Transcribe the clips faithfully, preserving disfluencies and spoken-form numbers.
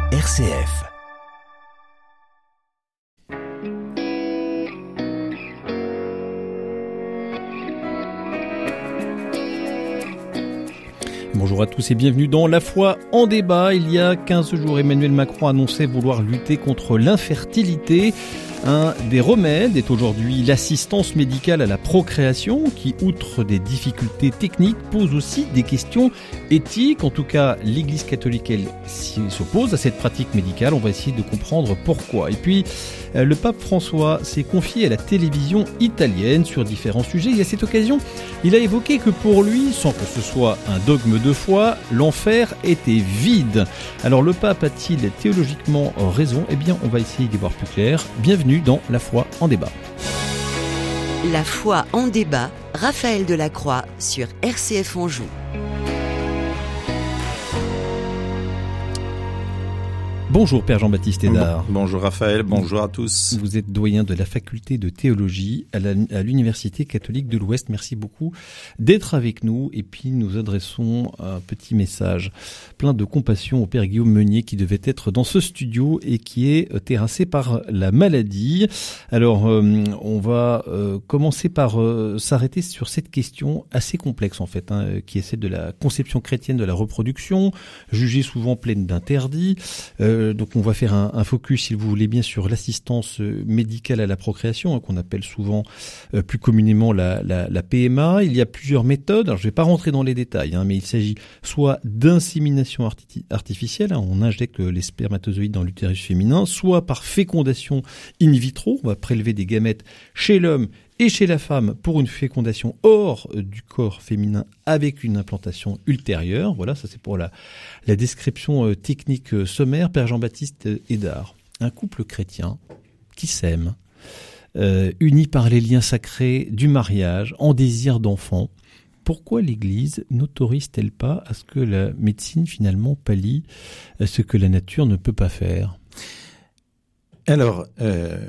R C F. Bonjour à tous et bienvenue dans La Foi en débat. Il y a quinze jours, Emmanuel Macron annonçait vouloir lutter contre l'infertilité. Un des remèdes est aujourd'hui l'assistance médicale à la procréation qui, outre des difficultés techniques, pose aussi des questions éthiques. En tout cas, l'Église catholique, elle, s'oppose à cette pratique médicale. On va essayer de comprendre pourquoi. Et puis, le pape François s'est confié à la télévision italienne sur différents sujets. Et à cette occasion, il a évoqué que pour lui, sans que ce soit un dogme de foi, l'enfer était vide. Alors, le pape a-t-il théologiquement raison ? Eh bien, on va essayer d'y voir plus clair. Bienvenue dans La Foi en débat. La Foi en débat, Raphaël Delacroix sur R C F Anjou. Bonjour Père Jean-Baptiste Hédard. Bon, bonjour Raphaël, bonjour à tous. Vous êtes doyen de la faculté de théologie à, la, à l'Université catholique de l'Ouest. Merci beaucoup d'être avec nous. Et puis nous adressons un petit message plein de compassion au Père Guillaume Meunier qui devait être dans ce studio et qui est terrassé par la maladie. Alors euh, on va euh, commencer par euh, s'arrêter sur cette question assez complexe en fait, hein, qui est celle de la conception chrétienne de la reproduction, jugée souvent pleine d'interdits. Euh, Donc on va faire un, un focus, si vous voulez bien, sur l'assistance médicale à la procréation, hein, qu'on appelle souvent euh, plus communément la, la, la P M A. Il y a plusieurs méthodes. Alors je ne vais pas rentrer dans les détails, hein, mais il s'agit soit d'insémination arti- artificielle, hein, on injecte les spermatozoïdes dans l'utérus féminin, soit par fécondation in vitro, on va prélever des gamètes chez l'homme et chez la femme pour une fécondation hors du corps féminin avec une implantation ultérieure. Voilà, ça c'est pour la, la description technique sommaire. Père Jean-Baptiste Hédard, un couple chrétien qui s'aime, euh, uni par les liens sacrés du mariage, en désir d'enfant. Pourquoi l'Église n'autorise-t-elle pas à ce que la médecine finalement pallie ce que la nature ne peut pas faire ? Alors, euh,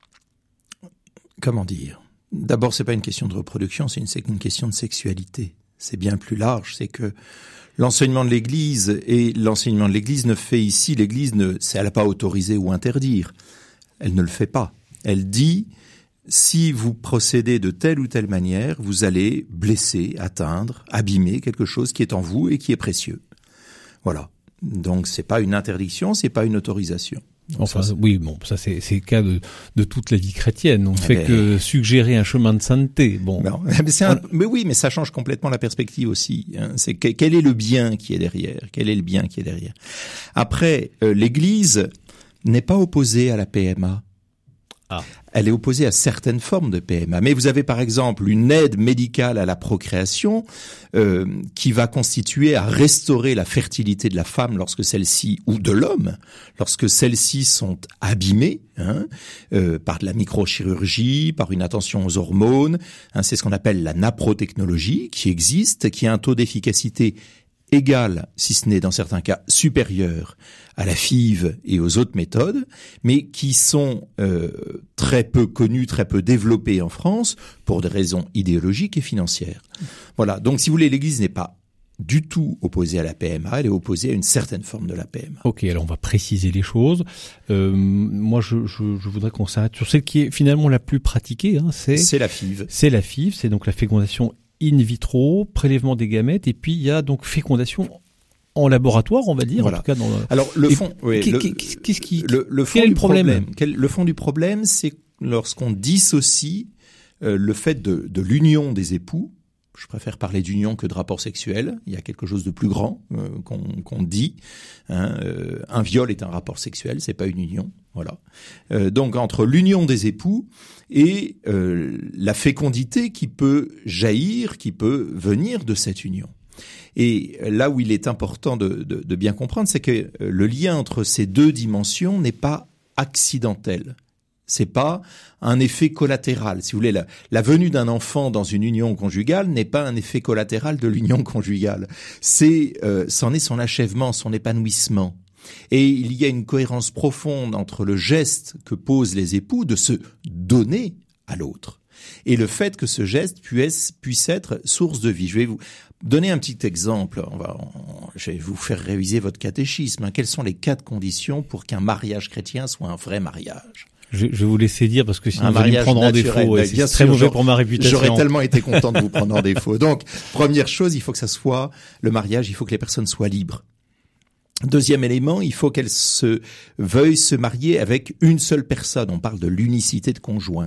comment dire ? D'abord, c'est pas une question de reproduction, c'est une, c'est une question de sexualité. C'est bien plus large. C'est que l'enseignement de l'Église et l'enseignement de l'Église ne fait ici, l'Église ne, elle n'a pas autorisé ou interdire. Elle ne le fait pas. Elle dit, si vous procédez de telle ou telle manière, vous allez blesser, atteindre, abîmer quelque chose qui est en vous et qui est précieux. Voilà. Donc, c'est pas une interdiction, c'est pas une autorisation. Donc enfin, ça, oui, bon, ça c'est, c'est le cas de, de toute la vie chrétienne. On ne fait mais... que suggérer un chemin de sainteté. Bon, non, mais, c'est un... mais oui, mais ça change complètement la perspective aussi. Hein. C'est que, quel est le bien qui est derrière ? Quel est le bien qui est derrière ? Après, euh, l'Église n'est pas opposée à la P M A. Ah. Elle est opposée à certaines formes de P M A. Mais vous avez par exemple une aide médicale à la procréation euh, qui va constituer à restaurer la fertilité de la femme lorsque celle-ci, ou de l'homme, lorsque celles-ci sont abîmées hein, euh, par de la microchirurgie, par une attention aux hormones. Hein, c'est ce qu'on appelle la naprotechnologie qui existe, qui a un taux d'efficacité égal, si ce n'est dans certains cas supérieur à la F I V et aux autres méthodes, mais qui sont euh, très peu connues, très peu développées en France pour des raisons idéologiques et financières. Voilà, donc si vous voulez, l'Église n'est pas du tout opposée à la P M A, elle est opposée à une certaine forme de la P M A. Ok, alors on va préciser les choses. Euh, moi, je, je, je voudrais qu'on s'arrête sur celle qui est finalement la plus pratiquée. Hein, c'est, c'est la F I V. C'est la F I V, c'est donc la fécondation in vitro, prélèvement des gamètes, et puis il y a donc fécondation en laboratoire, on va dire, voilà. en tout cas dans le... Alors le fond, oui, qu'est, le, qu'est-ce qui, le, le fond quel est du le problème, problème quel, Le fond du problème, c'est lorsqu'on dissocie euh, le fait de, de l'union des époux. Je préfère parler d'union que de rapport sexuel. Il y a quelque chose de plus grand euh, qu'on, qu'on dit. Hein, euh, un viol est un rapport sexuel, c'est pas une union. Voilà. Euh, donc entre l'union des époux et euh, la fécondité qui peut jaillir, qui peut venir de cette union. Et là où il est important de, de, de bien comprendre, c'est que le lien entre ces deux dimensions n'est pas accidentel. C'est pas un effet collatéral. Si vous voulez, la, la venue d'un enfant dans une union conjugale n'est pas un effet collatéral de l'union conjugale. C'est, euh, c'en est son achèvement, son épanouissement. Et il y a une cohérence profonde entre le geste que posent les époux de se donner à l'autre et le fait que ce geste puisse, puisse être source de vie. Je vais vous donner un petit exemple. On va, on, je vais vous faire réviser votre catéchisme. Hein. Quelles sont les quatre conditions pour qu'un mariage chrétien soit un vrai mariage ? Je, je vais vous laisser dire parce que sinon un vous allez me prendre en défaut. Et c'est très mauvais pour ma réputation. J'aurais tellement été content de vous prendre en défaut. Donc, première chose, il faut que ça soit le mariage. Il faut que les personnes soient libres. Deuxième élément, il faut qu'elles se veuillent se marier avec une seule personne. On parle de l'unicité de conjoint.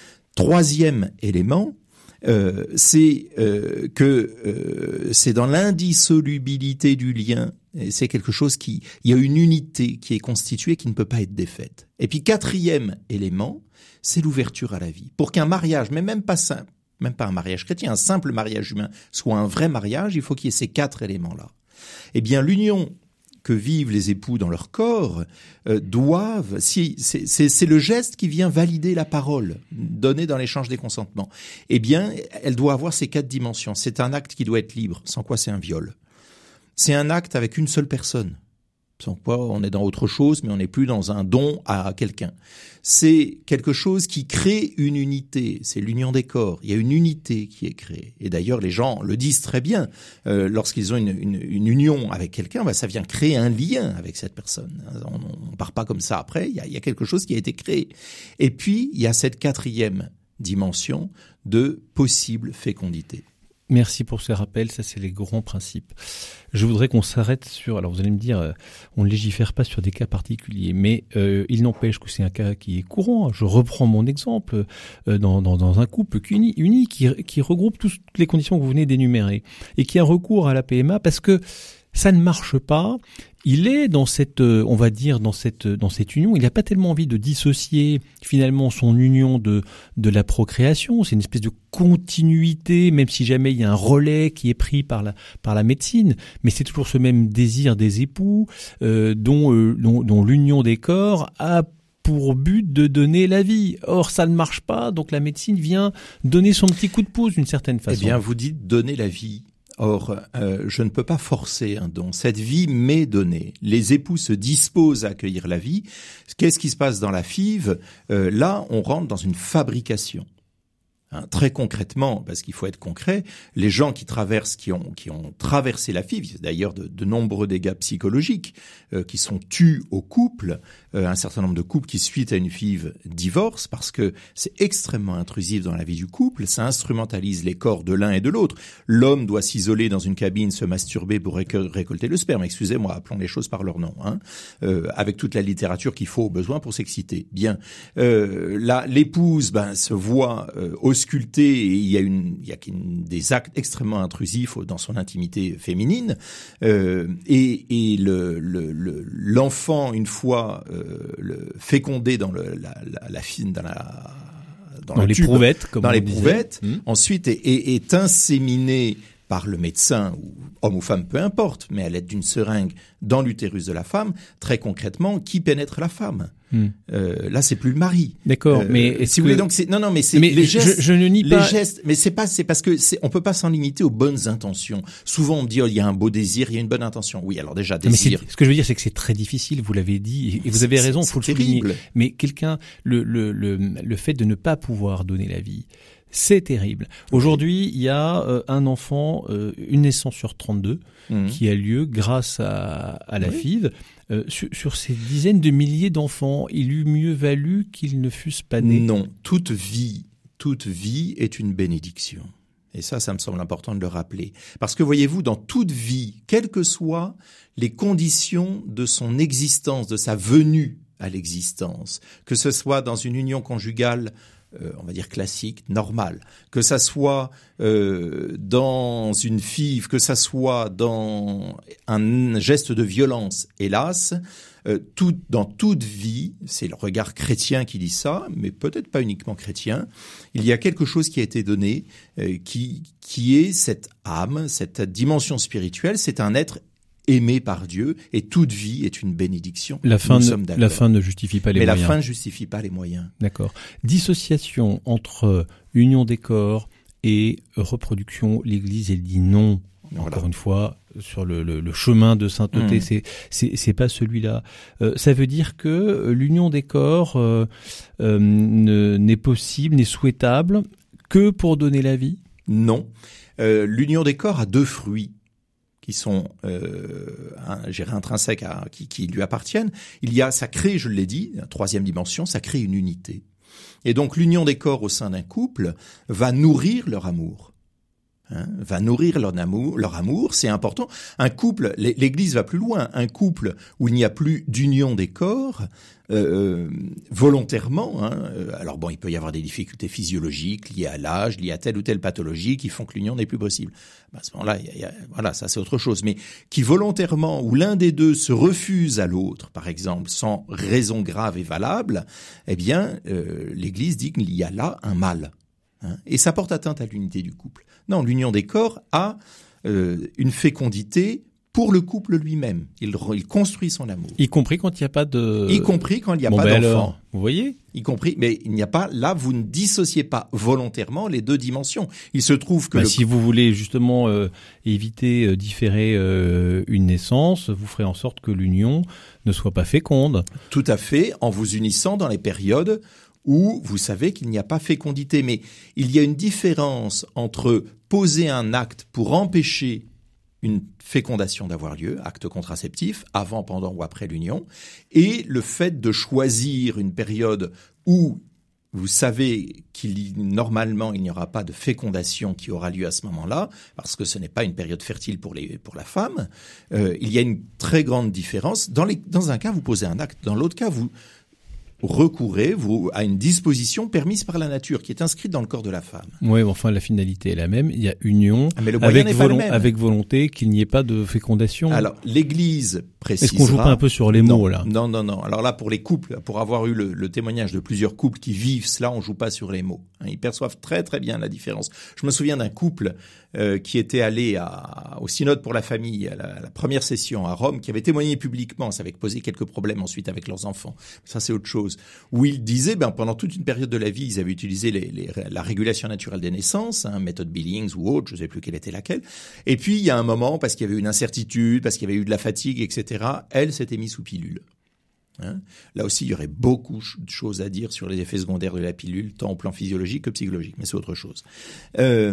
Troisième élément, euh, c'est euh, que euh, c'est dans l'indissolubilité du lien. Et c'est quelque chose qui, il y a une unité qui est constituée qui ne peut pas être défaite. Et puis quatrième élément, c'est l'ouverture à la vie. Pour qu'un mariage, mais même pas simple, même pas un mariage chrétien, un simple mariage humain, soit un vrai mariage, il faut qu'il y ait ces quatre éléments-là. Eh bien, l'union que vivent les époux dans leur corps euh, doivent, si, c'est, c'est, c'est le geste qui vient valider la parole donnée dans l'échange des consentements. Eh bien, elle doit avoir ces quatre dimensions. C'est un acte qui doit être libre, sans quoi c'est un viol. C'est un acte avec une seule personne, sans quoi on est dans autre chose, mais on n'est plus dans un don à quelqu'un. C'est quelque chose qui crée une unité, c'est l'union des corps. Il y a une unité qui est créée. Et d'ailleurs, les gens le disent très bien. Euh, lorsqu'ils ont une, une, une union avec quelqu'un, bah, ça vient créer un lien avec cette personne. On ne part pas comme ça après, il y, a, il y a quelque chose qui a été créé. Et puis, il y a cette quatrième dimension de possible fécondité. Merci pour ces rappels, ça c'est les grands principes. Je voudrais qu'on s'arrête sur, alors vous allez me dire, euh, on ne légifère pas sur des cas particuliers, mais euh, il n'empêche que c'est un cas qui est courant. Je reprends mon exemple euh, dans, dans, dans un couple uni, uni qui, qui regroupe toutes les conditions que vous venez d'énumérer et qui a recours à la P M A parce que ça ne marche pas. Il est dans cette, on va dire, dans cette, dans cette union. Il n'a pas tellement envie de dissocier finalement son union de, de la procréation. C'est une espèce de continuité, même si jamais il y a un relais qui est pris par la, par la médecine. Mais c'est toujours ce même désir des époux, euh, dont, euh, dont, dont l'union des corps a pour but de donner la vie. Or, ça ne marche pas. Donc la médecine vient donner son petit coup de pouce d'une certaine façon. Eh bien, vous dites donner la vie. Or, euh, je ne peux pas forcer un don. Cette vie m'est donnée. Les époux se disposent à accueillir la vie. Qu'est-ce qui se passe dans la F I V ? euh, Là, on rentre dans une fabrication. Hein, très concrètement, parce qu'il faut être concret, les gens qui traversent, qui ont, qui ont traversé la F I V, d'ailleurs de, de nombreux dégâts psychologiques, euh, qui sont tus au couple, euh, un certain nombre de couples qui, suite à une F I V, divorcent parce que c'est extrêmement intrusif dans la vie du couple, ça instrumentalise les corps de l'un et de l'autre. L'homme doit s'isoler dans une cabine, se masturber pour récol- récolter le sperme. Excusez-moi, appelons les choses par leur nom, hein, euh, avec toute la littérature qu'il faut au besoin pour s'exciter. Bien, euh, là, l'épouse, ben, se voit euh, au ausculté et il y a une, il y a une, des actes extrêmement intrusifs dans son intimité féminine euh, et, et le, le, le, l'enfant une fois euh, le, fécondé dans le, la, la, la fine dans la dans, dans les tube, prouvettes comme dans on les disait. prouvettes Mmh. ensuite est, est, est inséminé par le médecin, ou homme ou femme, peu importe, mais à l'aide d'une seringue dans l'utérus de la femme, très concrètement, qui pénètre la femme hmm. euh, Là, c'est plus le mari. D'accord, euh, mais si vous voulez, donc c'est non, non, mais c'est mais les gestes. Je, je ne nie les pas. gestes, mais c'est pas, c'est parce que c'est, on peut pas s'en limiter aux bonnes intentions. Souvent, on me dit, oh, il y a un beau désir, il y a une bonne intention. Oui, alors déjà désir. Mais ce que je veux dire, c'est que c'est très difficile. Vous l'avez dit, et vous avez raison, il faut le souligner. Mais quelqu'un, le, le, le, le fait de ne pas pouvoir donner la vie. C'est terrible. Aujourd'hui, il y a euh, un enfant, euh, une naissance sur trente-deux, mmh. qui a lieu grâce à, à la oui. F I V. Euh, sur, sur ces dizaines de milliers d'enfants, il eût mieux valu qu'ils ne fussent pas nés. Non, toute vie, toute vie est une bénédiction. Et ça, ça me semble important de le rappeler. Parce que voyez-vous, dans toute vie, quelles que soient les conditions de son existence, de sa venue à l'existence, que ce soit dans une union conjugale, Euh, on va dire classique, normal, que ça soit euh, dans une F I V, que ça soit dans un geste de violence, hélas, euh, tout, dans toute vie, c'est le regard chrétien qui dit ça, mais peut-être pas uniquement chrétien, il y a quelque chose qui a été donné, euh, qui, qui est cette âme, cette dimension spirituelle, c'est un être aimé par Dieu, et toute vie est une bénédiction. La fin, ne, la fin ne justifie pas les Mais moyens. Mais la fin ne justifie pas les moyens. D'accord. Dissociation entre union des corps et reproduction, l'Église, elle dit non Encore Voilà. une fois, sur le, le, le chemin de sainteté, Mmh. c'est, c'est, c'est pas celui-là. Euh, ça veut dire que l'union des corps euh, euh, ne, n'est possible, n'est souhaitable que pour donner la vie? Non. Euh, l'union des corps a deux fruits qui sont euh, un, gérés intrinsèques, à, qui, qui lui appartiennent. Il y a, ça crée, je l'ai dit, la troisième dimension, ça crée une unité. Et donc l'union des corps au sein d'un couple va nourrir leur amour. Hein, va nourrir leur amour, leur amour, c'est important. Un couple, l'Église va plus loin, un couple où il n'y a plus d'union des corps, euh, volontairement, hein, alors bon, il peut y avoir des difficultés physiologiques liées à l'âge, liées à telle ou telle pathologie qui font que l'union n'est plus possible. Ben, à ce moment-là, il y a, il y a, voilà, ça c'est autre chose. Mais qui volontairement, où l'un des deux se refuse à l'autre, par exemple, sans raison grave et valable, eh bien, euh, l'Église dit qu'il y a là un mal. Hein, et ça porte atteinte à l'unité du couple. Non, l'union des corps a euh, une fécondité pour le couple lui-même. Il, il construit son amour. Y compris quand il n'y a pas de... Y compris quand il n'y a bon, pas ben d'enfant. alors, vous voyez ? Y compris, mais il n'y a pas, là, vous ne dissociez pas volontairement les deux dimensions. Il se trouve que... Bah, le... Si vous voulez justement euh, éviter, euh, différer euh, une naissance, vous ferez en sorte que l'union ne soit pas féconde. Tout à fait, en vous unissant dans les périodes où vous savez qu'il n'y a pas fécondité. Mais il y a une différence entre poser un acte pour empêcher une fécondation d'avoir lieu, acte contraceptif, avant, pendant ou après l'union, et le fait de choisir une période où vous savez qu'il normalement il n'y aura pas de fécondation qui aura lieu à ce moment-là, parce que ce n'est pas une période fertile pour les pour la femme. Euh, il y a une très grande différence. Dans les dans un cas, vous posez un acte, dans l'autre cas, vous recourez vous, à une disposition permise par la nature, qui est inscrite dans le corps de la femme. Oui, enfin, la finalité est la même. Il y a union Mais le moyen avec, n'est pas le volon- même. avec volonté qu'il n'y ait pas de fécondation. Alors, l'Église précisera... Est-ce qu'on joue pas un peu sur les mots, non, là? Non, non, non. Alors là, pour les couples, pour avoir eu le, le témoignage de plusieurs couples qui vivent cela, on joue pas sur les mots. Hein, ils perçoivent très, très bien la différence. Je me souviens d'un couple euh, qui était allé à, au synode pour la famille, à la, à la première session à Rome, qui avait témoigné publiquement. Ça avait posé quelques problèmes ensuite avec leurs enfants. Ça, c'est autre chose. Où ils disaient, ben, pendant toute une période de la vie, ils avaient utilisé les, les, la régulation naturelle des naissances, hein, méthode Billings ou autre, je ne sais plus quelle était laquelle. Et puis, il y a un moment, parce qu'il y avait une incertitude, parce qu'il y avait eu de la fatigue, et cetera, elle s'était mise sous pilule. Hein. Là aussi, il y aurait beaucoup de choses à dire sur les effets secondaires de la pilule, tant au plan physiologique que psychologique, mais c'est autre chose. Euh,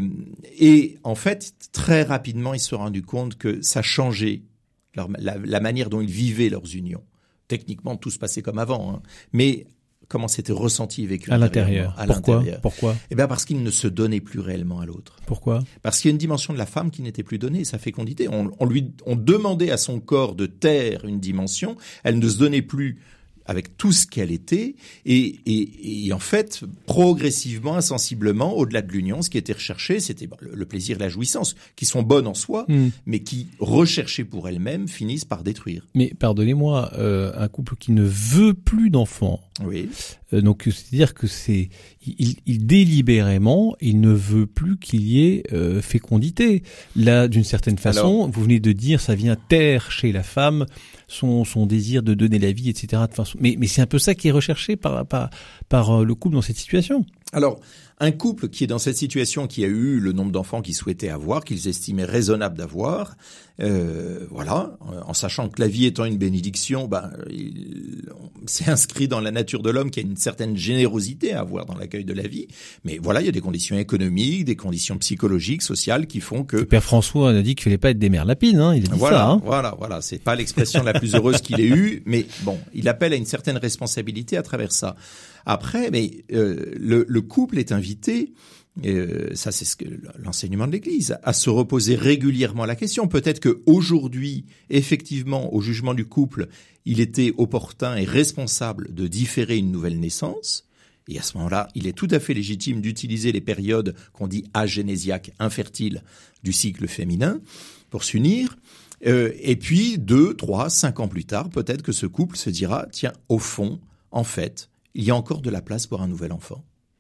et en fait, très rapidement, ils se sont rendus compte que ça changeait leur, la, la manière dont ils vivaient leurs unions. Techniquement, tout se passait comme avant, hein, mais comment c'était ressenti et vécu à l'intérieur. À Pourquoi l'intérieur. Pourquoi Eh bien, parce qu'ils ne se donnaient plus réellement à l'autre. Pourquoi? Parce qu'il y a une dimension de la femme qui n'était plus donnée, sa fécondité. On, on lui, on demandait à son corps de taire une dimension. Elle ne se donnait plus avec tout ce qu'elle était, et, et, et en fait, progressivement, insensiblement, au-delà de l'union, ce qui était recherché, c'était le, le plaisir et la jouissance, qui sont bonnes en soi, mmh. mais qui, recherchées pour elles-mêmes, finissent par détruire. Mais pardonnez-moi, euh, un couple qui ne veut plus d'enfants, oui. euh, donc c'est-à-dire que c'est, il, il délibérément, il ne veut plus qu'il y ait euh, fécondité. Là, d'une certaine façon, Alors, vous venez de dire, ça vient taire chez la femme son son désir de donner la vie, et cetera. Mais mais c'est un peu ça qui est recherché par par par le couple dans cette situation. Alors, un couple qui est dans cette situation, qui a eu le nombre d'enfants qu'ils souhaitaient avoir, qu'ils estimaient raisonnable d'avoir, euh, voilà, en sachant que la vie étant une bénédiction, ben, il, c'est inscrit dans la nature de l'homme qu'il y a une certaine générosité à avoir dans l'accueil de la vie. Mais voilà, il y a des conditions économiques, des conditions psychologiques, sociales qui font que... Le père François a dit qu'il fallait pas être des mères lapines, hein, il a dit voilà, ça. Hein. Voilà, voilà, c'est pas l'expression la plus heureuse qu'il ait eue, mais bon, il appelle à une certaine responsabilité à travers ça. Après, mais euh, le, le couple est invité, euh, ça c'est ce que l'enseignement de l'Église, à se reposer régulièrement la question. Peut-être que aujourd'hui, effectivement, au jugement du couple, il était opportun et responsable de différer une nouvelle naissance. Et à ce moment-là, il est tout à fait légitime d'utiliser les périodes qu'on dit agénésiaques, infertiles, du cycle féminin, pour s'unir. Euh, et puis, deux, trois, cinq ans plus tard, peut-être que ce couple se dira, tiens, au fond, en fait, il y a encore de la place pour un nouvel enfant.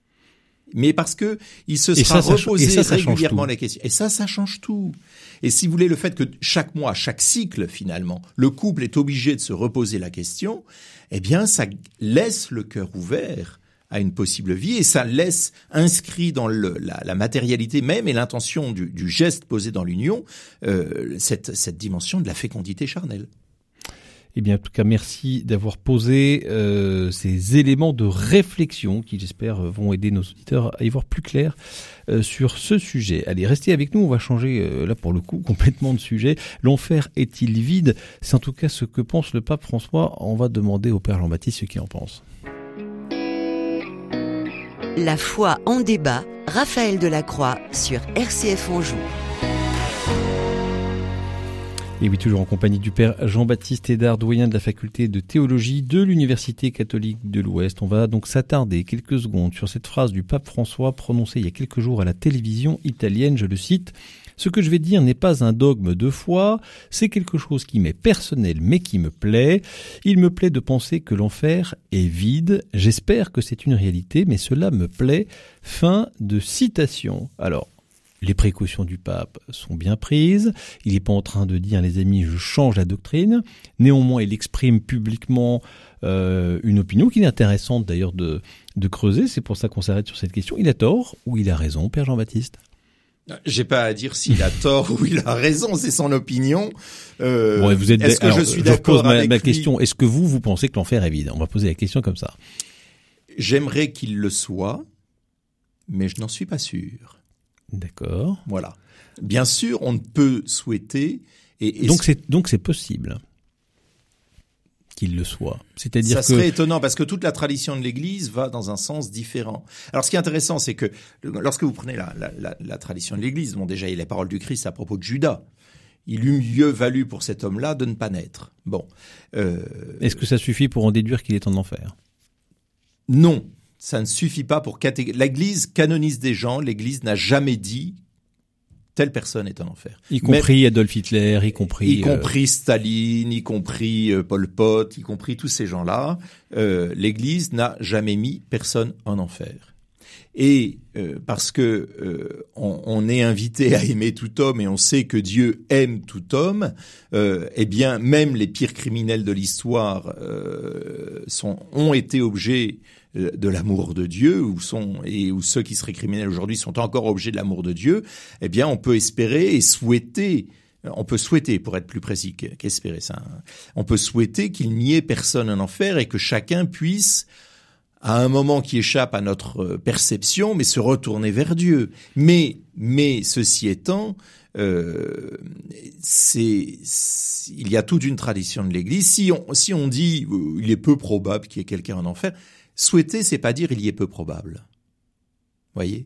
Mais parce que il se sera ça, ça, reposé ça, ça régulièrement la question. Et ça, ça change tout. Et si vous voulez, le fait que chaque mois, chaque cycle, finalement, le couple est obligé de se reposer la question, eh bien, ça laisse le cœur ouvert à une possible vie, et ça laisse inscrit dans le, la, la matérialité même et l'intention du, du geste posé dans l'union euh, cette, cette dimension de la fécondité charnelle. Eh bien, en tout cas, merci d'avoir posé euh, ces éléments de réflexion qui, j'espère, vont aider nos auditeurs à y voir plus clair euh, sur ce sujet. Allez, restez avec nous, on va changer, euh, là, pour le coup, complètement de sujet. L'enfer est-il vide ? C'est en tout cas ce que pense le pape François. On va demander au Père Jean-Baptiste ce qu'il en pense. La foi en débat, Raphaël Delacroix sur R C F Anjou. Et oui, toujours en compagnie du Père Jean-Baptiste Hédard, doyen de la faculté de théologie de l'Université catholique de l'Ouest. On va donc s'attarder quelques secondes sur cette phrase du pape François prononcée il y a quelques jours à la télévision italienne, je le cite. « Ce que je vais dire n'est pas un dogme de foi, c'est quelque chose qui m'est personnel mais qui me plaît. Il me plaît de penser que l'enfer est vide. J'espère que c'est une réalité, mais cela me plaît. » Fin de citation. Alors, les précautions du pape sont bien prises. Il n'est pas en train de dire, les amis, je change la doctrine. Néanmoins, il exprime publiquement euh, une opinion qu'il est intéressante d'ailleurs de, de creuser. C'est pour ça qu'on s'arrête sur cette question. Il a tort ou il a raison, Père Jean-Baptiste ? J'ai pas à dire s'il a tort ou il a raison, c'est son opinion. Euh, bon, vous êtes est-ce que alors, je suis je d'accord ma, avec ma lui question. Est-ce que vous, vous pensez que l'enfer est vide ? On va poser la question comme ça. J'aimerais qu'il le soit, mais je n'en suis pas sûr. D'accord. Voilà. Bien sûr, on ne peut souhaiter. Et, et donc c'est donc c'est possible qu'il le soit. C'est-à-dire ça que serait étonnant parce que toute la tradition de l'Église va dans un sens différent. Alors, ce qui est intéressant, c'est que lorsque vous prenez la, la, la, la tradition de l'Église, bon, déjà il y a les paroles du Christ à propos de Judas. Il eût mieux valu pour cet homme-là de ne pas naître. Bon. Euh, Est-ce que ça suffit pour en déduire qu'il est en enfer ? Non. Ça ne suffit pas pour catégoriser. L'Église canonise des gens. L'Église n'a jamais dit telle personne est en enfer. Y compris Même, Adolf Hitler, y compris... Y compris euh... Staline, y compris euh, Pol Pot, y compris tous ces gens-là. Euh, L'Église n'a jamais mis personne en enfer. Et euh, parce que euh, on, on est invité à aimer tout homme et on sait que Dieu aime tout homme, euh, eh bien même les pires criminels de l'histoire euh, sont ont été objets de l'amour de Dieu, ou sont et où ceux qui seraient criminels aujourd'hui sont encore objets de l'amour de Dieu. Eh bien, on peut espérer et souhaiter. On peut souhaiter, pour être plus précis qu'espérer ça. On peut souhaiter qu'il n'y ait personne en enfer et que chacun puisse, à un moment qui échappe à notre perception, mais se retourner vers Dieu. Mais, mais ceci étant, euh, c'est, c'est, il y a toute une tradition de l'Église. Si on, si on dit, euh, il est peu probable qu'il y ait quelqu'un en enfer, souhaiter, c'est pas dire il y est peu probable. Voyez ?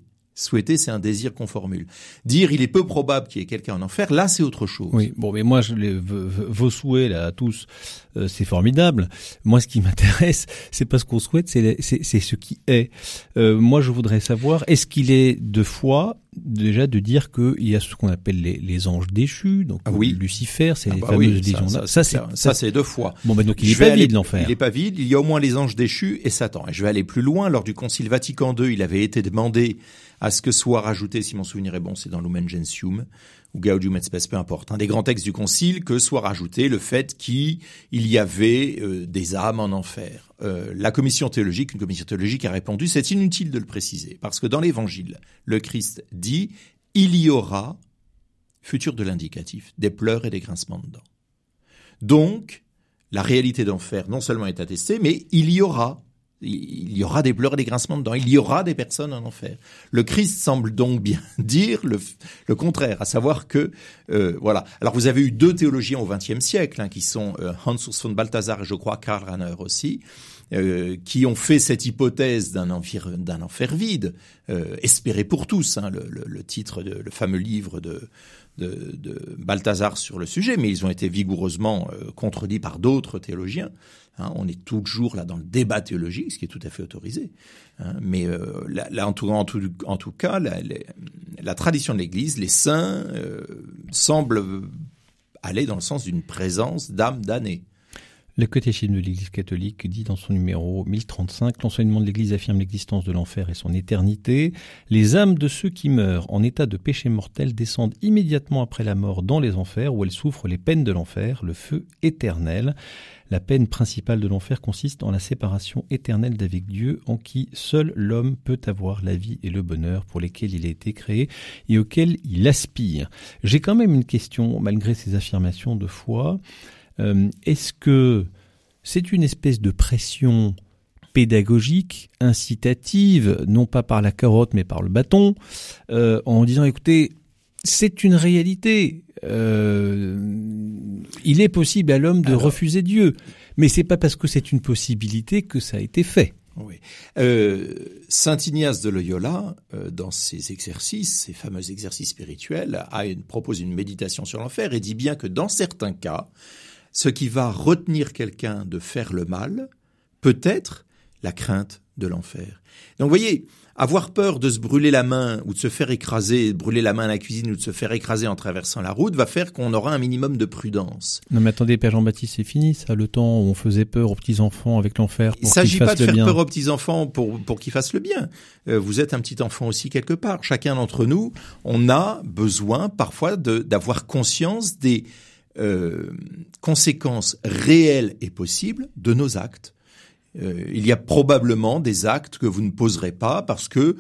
Souhaiter, c'est un désir qu'on formule. Dire il est peu probable qu'il y ait quelqu'un en enfer, là, c'est autre chose. Oui, bon, mais moi, je les, vos souhaits, là, tous, euh, c'est formidable. Moi, ce qui m'intéresse, c'est pas ce qu'on souhaite, c'est, c'est, c'est ce qui est. Euh, moi, je voudrais savoir, est-ce qu'il est de foi, déjà, de dire qu'il y a ce qu'on appelle les, les anges déchus, donc ah oui. Lucifer, c'est ah les bah fameuses oui, légions-là. Ça, ça, ça, c'est, c'est, ça, c'est deux fois. Bon, ben, donc il est pas vide, l'enfer. Il est pas vide, il y a au moins les anges déchus et Satan. Et je vais aller plus loin. Lors du Concile Vatican deux, il avait été demandé à ce que soit rajouté, si mon souvenir est bon, c'est dans Lumen Gentium, ou Gaudium et Spes, peu importe, un des grands textes du Concile, que soit rajouté le fait qu'il y avait euh, des âmes en enfer. Euh, la commission théologique, une commission théologique a répondu, c'est inutile de le préciser, parce que dans l'Évangile, le Christ dit, il y aura, futur de l'indicatif, des pleurs et des grincements de dents. Donc, la réalité d'enfer non seulement est attestée, mais il y aura Il y aura des pleurs et des grincements de dents. Il y aura des personnes en enfer. Le Christ semble donc bien dire le, le contraire, à savoir que euh, voilà. Alors vous avez eu deux théologiens au vingtième siècle, hein, qui sont euh, Hans Urs von Balthasar et je crois Karl Rahner aussi, euh, qui ont fait cette hypothèse d'un enfer, d'un enfer vide, euh, espéré pour tous. Hein, le, le, le titre, de, le fameux livre de de, de Balthasar sur le sujet, mais ils ont été vigoureusement euh, contredits par d'autres théologiens. Hein, on est toujours là dans le débat théologique, ce qui est tout à fait autorisé. Hein, mais euh, là, là, en tout, en tout, en tout cas, la, la, la tradition de l'Église, les saints euh, semblent aller dans le sens d'une présence d'âmes damnées. Le catéchisme de l'Église catholique dit dans son numéro mille trente-cinq, l'enseignement de l'Église affirme l'existence de l'enfer et son éternité. Les âmes de ceux qui meurent en état de péché mortel descendent immédiatement après la mort dans les enfers où elles souffrent les peines de l'enfer, le feu éternel. La peine principale de l'enfer consiste en la séparation éternelle d'avec Dieu, en qui seul l'homme peut avoir la vie et le bonheur pour lesquels il a été créé et auxquels il aspire. J'ai quand même une question, malgré ces affirmations de foi. Euh, est-ce que c'est une espèce de pression pédagogique, incitative, non pas par la carotte mais par le bâton, euh, en disant écoutez, c'est une réalité. Euh, il est possible à l'homme de Alors, refuser Dieu, mais c'est pas parce que c'est une possibilité que ça a été fait. Oui. Euh, Saint Ignace de Loyola, euh, dans ses exercices, ses fameux exercices spirituels, a une, propose une méditation sur l'enfer et dit bien que dans certains cas, ce qui va retenir quelqu'un de faire le mal peut être la crainte de l'enfer. Donc vous voyez, avoir peur de se brûler la main ou de se faire écraser, brûler la main à la cuisine ou de se faire écraser en traversant la route va faire qu'on aura un minimum de prudence. Non mais attendez, Père Jean-Baptiste, c'est fini ça, le temps où on faisait peur aux petits-enfants avec l'enfer pour qu'ils fassent le bien. Il ne s'agit pas de faire peur aux petits-enfants pour, pour qu'ils fassent le bien. Euh, vous êtes un petit enfant aussi quelque part. Chacun d'entre nous, on a besoin parfois de, d'avoir conscience des euh, conséquences réelles et possibles de nos actes. Euh, il y a probablement des actes que vous ne poserez pas parce que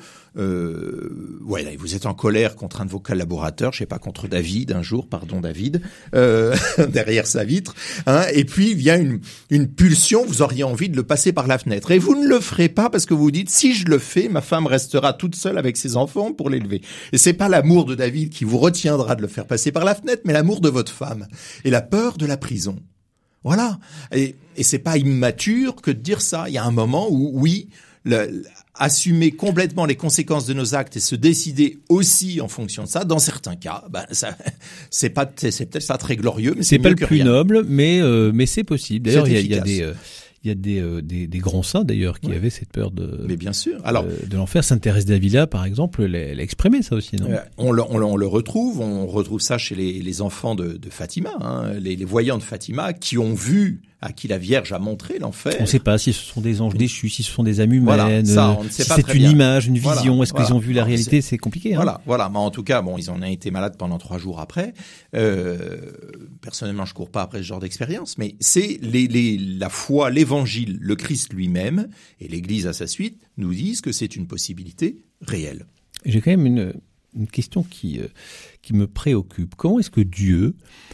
euh, ouais, vous êtes en colère contre un de vos collaborateurs, je sais pas, contre David un jour, pardon David, euh, derrière sa vitre, hein, et puis il vient une, une pulsion, vous auriez envie de le passer par la fenêtre et vous ne le ferez pas parce que vous vous dites si je le fais, ma femme restera toute seule avec ses enfants pour l'élever. Et c'est pas l'amour de David qui vous retiendra de le faire passer par la fenêtre, mais l'amour de votre femme et la peur de la prison. Voilà. Et, et c'est pas immature que de dire ça. Il y a un moment où, oui, le, assumer complètement les conséquences de nos actes et se décider aussi en fonction de ça, dans certains cas, ben, ça, c'est pas, c'est peut-être pas très glorieux, mais c'est, c'est pas mieux le que plus rien. noble, mais, euh, mais c'est possible. D'ailleurs, il y a, il y a des, euh, il y a des, euh, des, des grands saints d'ailleurs qui oui. avaient cette peur de, mais bien sûr. Alors, euh, de l'enfer. Sainte Thérèse d'Avila, par exemple, l'a, l'a exprimé ça aussi, non? Euh, on, le, on, le, on le retrouve, on retrouve ça chez les, les enfants de, de Fatima, hein, les, les voyants de Fatima qui ont vu, à qui la Vierge a montré l'enfer. On ne sait pas si ce sont des anges déchus, si ce sont des âmes humaines, voilà, ça, on ne sait si pas c'est très une bien. image, une vision, voilà, est-ce voilà. qu'ils ont vu la Alors, réalité, c'est... c'est compliqué. Hein. Voilà, voilà. Mais en tout cas, bon, ils en ont été malades pendant trois jours après. Euh, personnellement, je cours pas après ce genre d'expérience, mais c'est les, les, la foi, l'Évangile, le Christ lui-même et l'Église à sa suite nous disent que c'est une possibilité réelle. J'ai quand même une, une question qui, euh, qui me préoccupe. Comment est-ce que Dieu,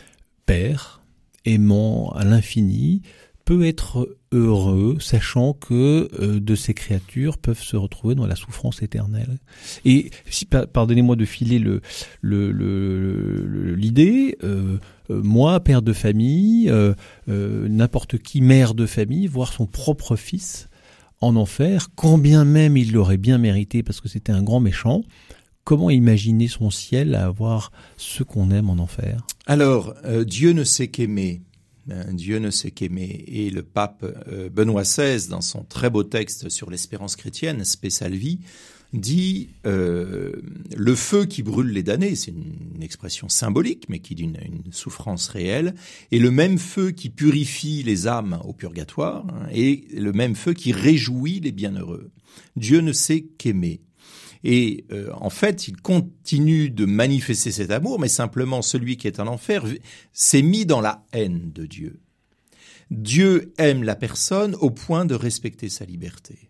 Père, aimant à l'infini, peut être heureux, sachant que euh, de ces créatures peuvent se retrouver dans la souffrance éternelle. Et si, pardonnez-moi de filer le, le, le, le l'idée, euh, euh, moi, père de famille, euh, euh, n'importe qui, mère de famille, voir son propre fils en enfer, quand bien même il l'aurait bien mérité parce que c'était un grand méchant, comment imaginer son ciel à avoir ceux qu'on aime en enfer ? Alors, euh, Dieu ne sait qu'aimer. Dieu ne sait qu'aimer. Et le pape euh, Benoît seize, dans son très beau texte sur l'espérance chrétienne, Spe Salvi, dit euh, le feu qui brûle les damnés, c'est une, une expression symbolique, mais qui dit une, une souffrance réelle, et le même feu qui purifie les âmes au purgatoire, hein, et le même feu qui réjouit les bienheureux. Dieu ne sait qu'aimer. Et euh, en fait, il continue de manifester cet amour, mais simplement celui qui est en enfer s'est mis dans la haine de Dieu. Dieu aime la personne au point de respecter sa liberté.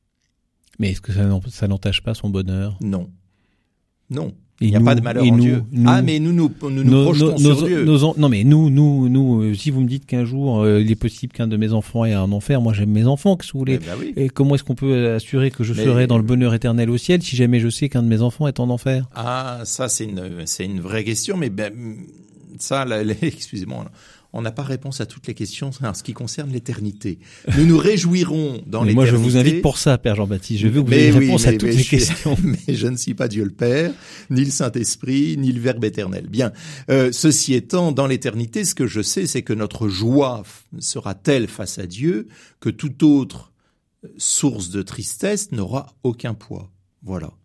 Mais est-ce que ça, ça n'entache pas son bonheur ? Non. Non. Et il n'y a nous, pas de malheur en nous, Dieu. Nous, ah, mais nous nous, nous, nous nos, projetons nos, sur nos, Dieu. Nos, non, mais nous, nous, nous, euh, si vous me dites qu'un jour, euh, il est possible qu'un de mes enfants ait un enfer, moi j'aime mes enfants, qu'est-ce que vous voulez ? Eh ben oui. Et comment est-ce qu'on peut assurer que je mais, serai dans le bonheur éternel au ciel si jamais je sais qu'un de mes enfants est en enfer ? Ah, ça c'est une, c'est une vraie question, mais ben, ça, là, excusez-moi, on n'a pas réponse à toutes les questions en ce qui concerne l'éternité. Nous nous réjouirons dans mais l'éternité. Moi, je vous invite pour ça, Père Jean-Baptiste. Je veux que vous mais ayez oui, réponse mais, à toutes mais les je, questions. Mais je ne suis pas Dieu le Père, ni le Saint-Esprit, ni le Verbe éternel. Bien, euh, ceci étant, dans l'éternité, ce que je sais, c'est que notre joie sera telle face à Dieu que toute autre source de tristesse n'aura aucun poids. Voilà.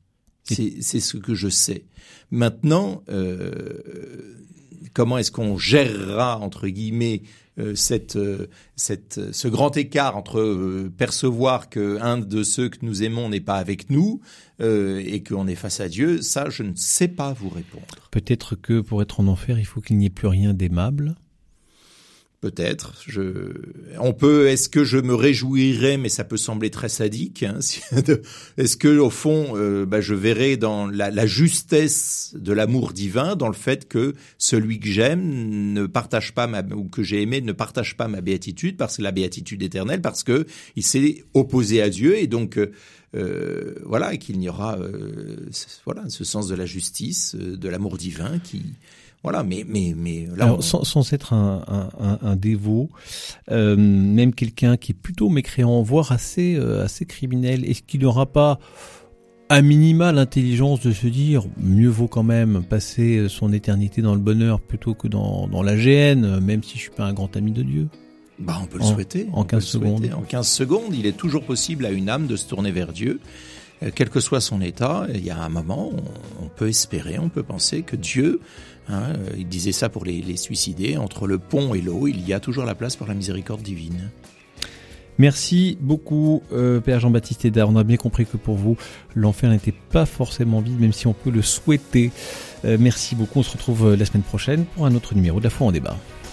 C'est, c'est ce que je sais. Maintenant, euh, comment est-ce qu'on gérera, entre guillemets, euh, cette, euh, cette, ce grand écart entre euh, percevoir qu'un de ceux que nous aimons n'est pas avec nous euh, et qu'on est face à Dieu, ça, je ne sais pas vous répondre. Peut-être que pour être en enfer, il faut qu'il n'y ait plus rien d'aimable. Peut-être. Je, on peut. Est-ce que je me réjouirais, mais ça peut sembler très sadique. Hein, est-ce que au fond, euh, bah, je verrais dans la, la justesse de l'amour divin, dans le fait que celui que j'aime ne partage pas ma ou que j'ai aimé ne partage pas ma béatitude, parce que la béatitude éternelle, parce que il s'est opposé à Dieu et donc euh, voilà, et qu'il n'y aura euh, voilà ce sens de la justice, de l'amour divin qui Voilà, mais mais mais là, alors, on... sans, sans être un, un, un, un dévot, euh, même quelqu'un qui est plutôt mécréant, voire assez euh, assez criminel, est-ce qu'il n'aura pas à minima l'intelligence de se dire mieux vaut quand même passer son éternité dans le bonheur plutôt que dans dans la géhenne, même si je suis pas un grand ami de Dieu? Bah, on peut le en, souhaiter. En quinze secondes. En quinze secondes, il est toujours possible à une âme de se tourner vers Dieu. Quel que soit son état, il y a un moment, on, on peut espérer, on peut penser que Dieu, hein, il disait ça pour les, les suicidés, entre le pont et l'eau, il y a toujours la place pour la miséricorde divine. Merci beaucoup, euh, Père Jean-Baptiste Hédard. On a bien compris que pour vous, l'enfer n'était pas forcément vide, même si on peut le souhaiter. Euh, merci beaucoup. On se retrouve la semaine prochaine pour un autre numéro de La Foi en débat.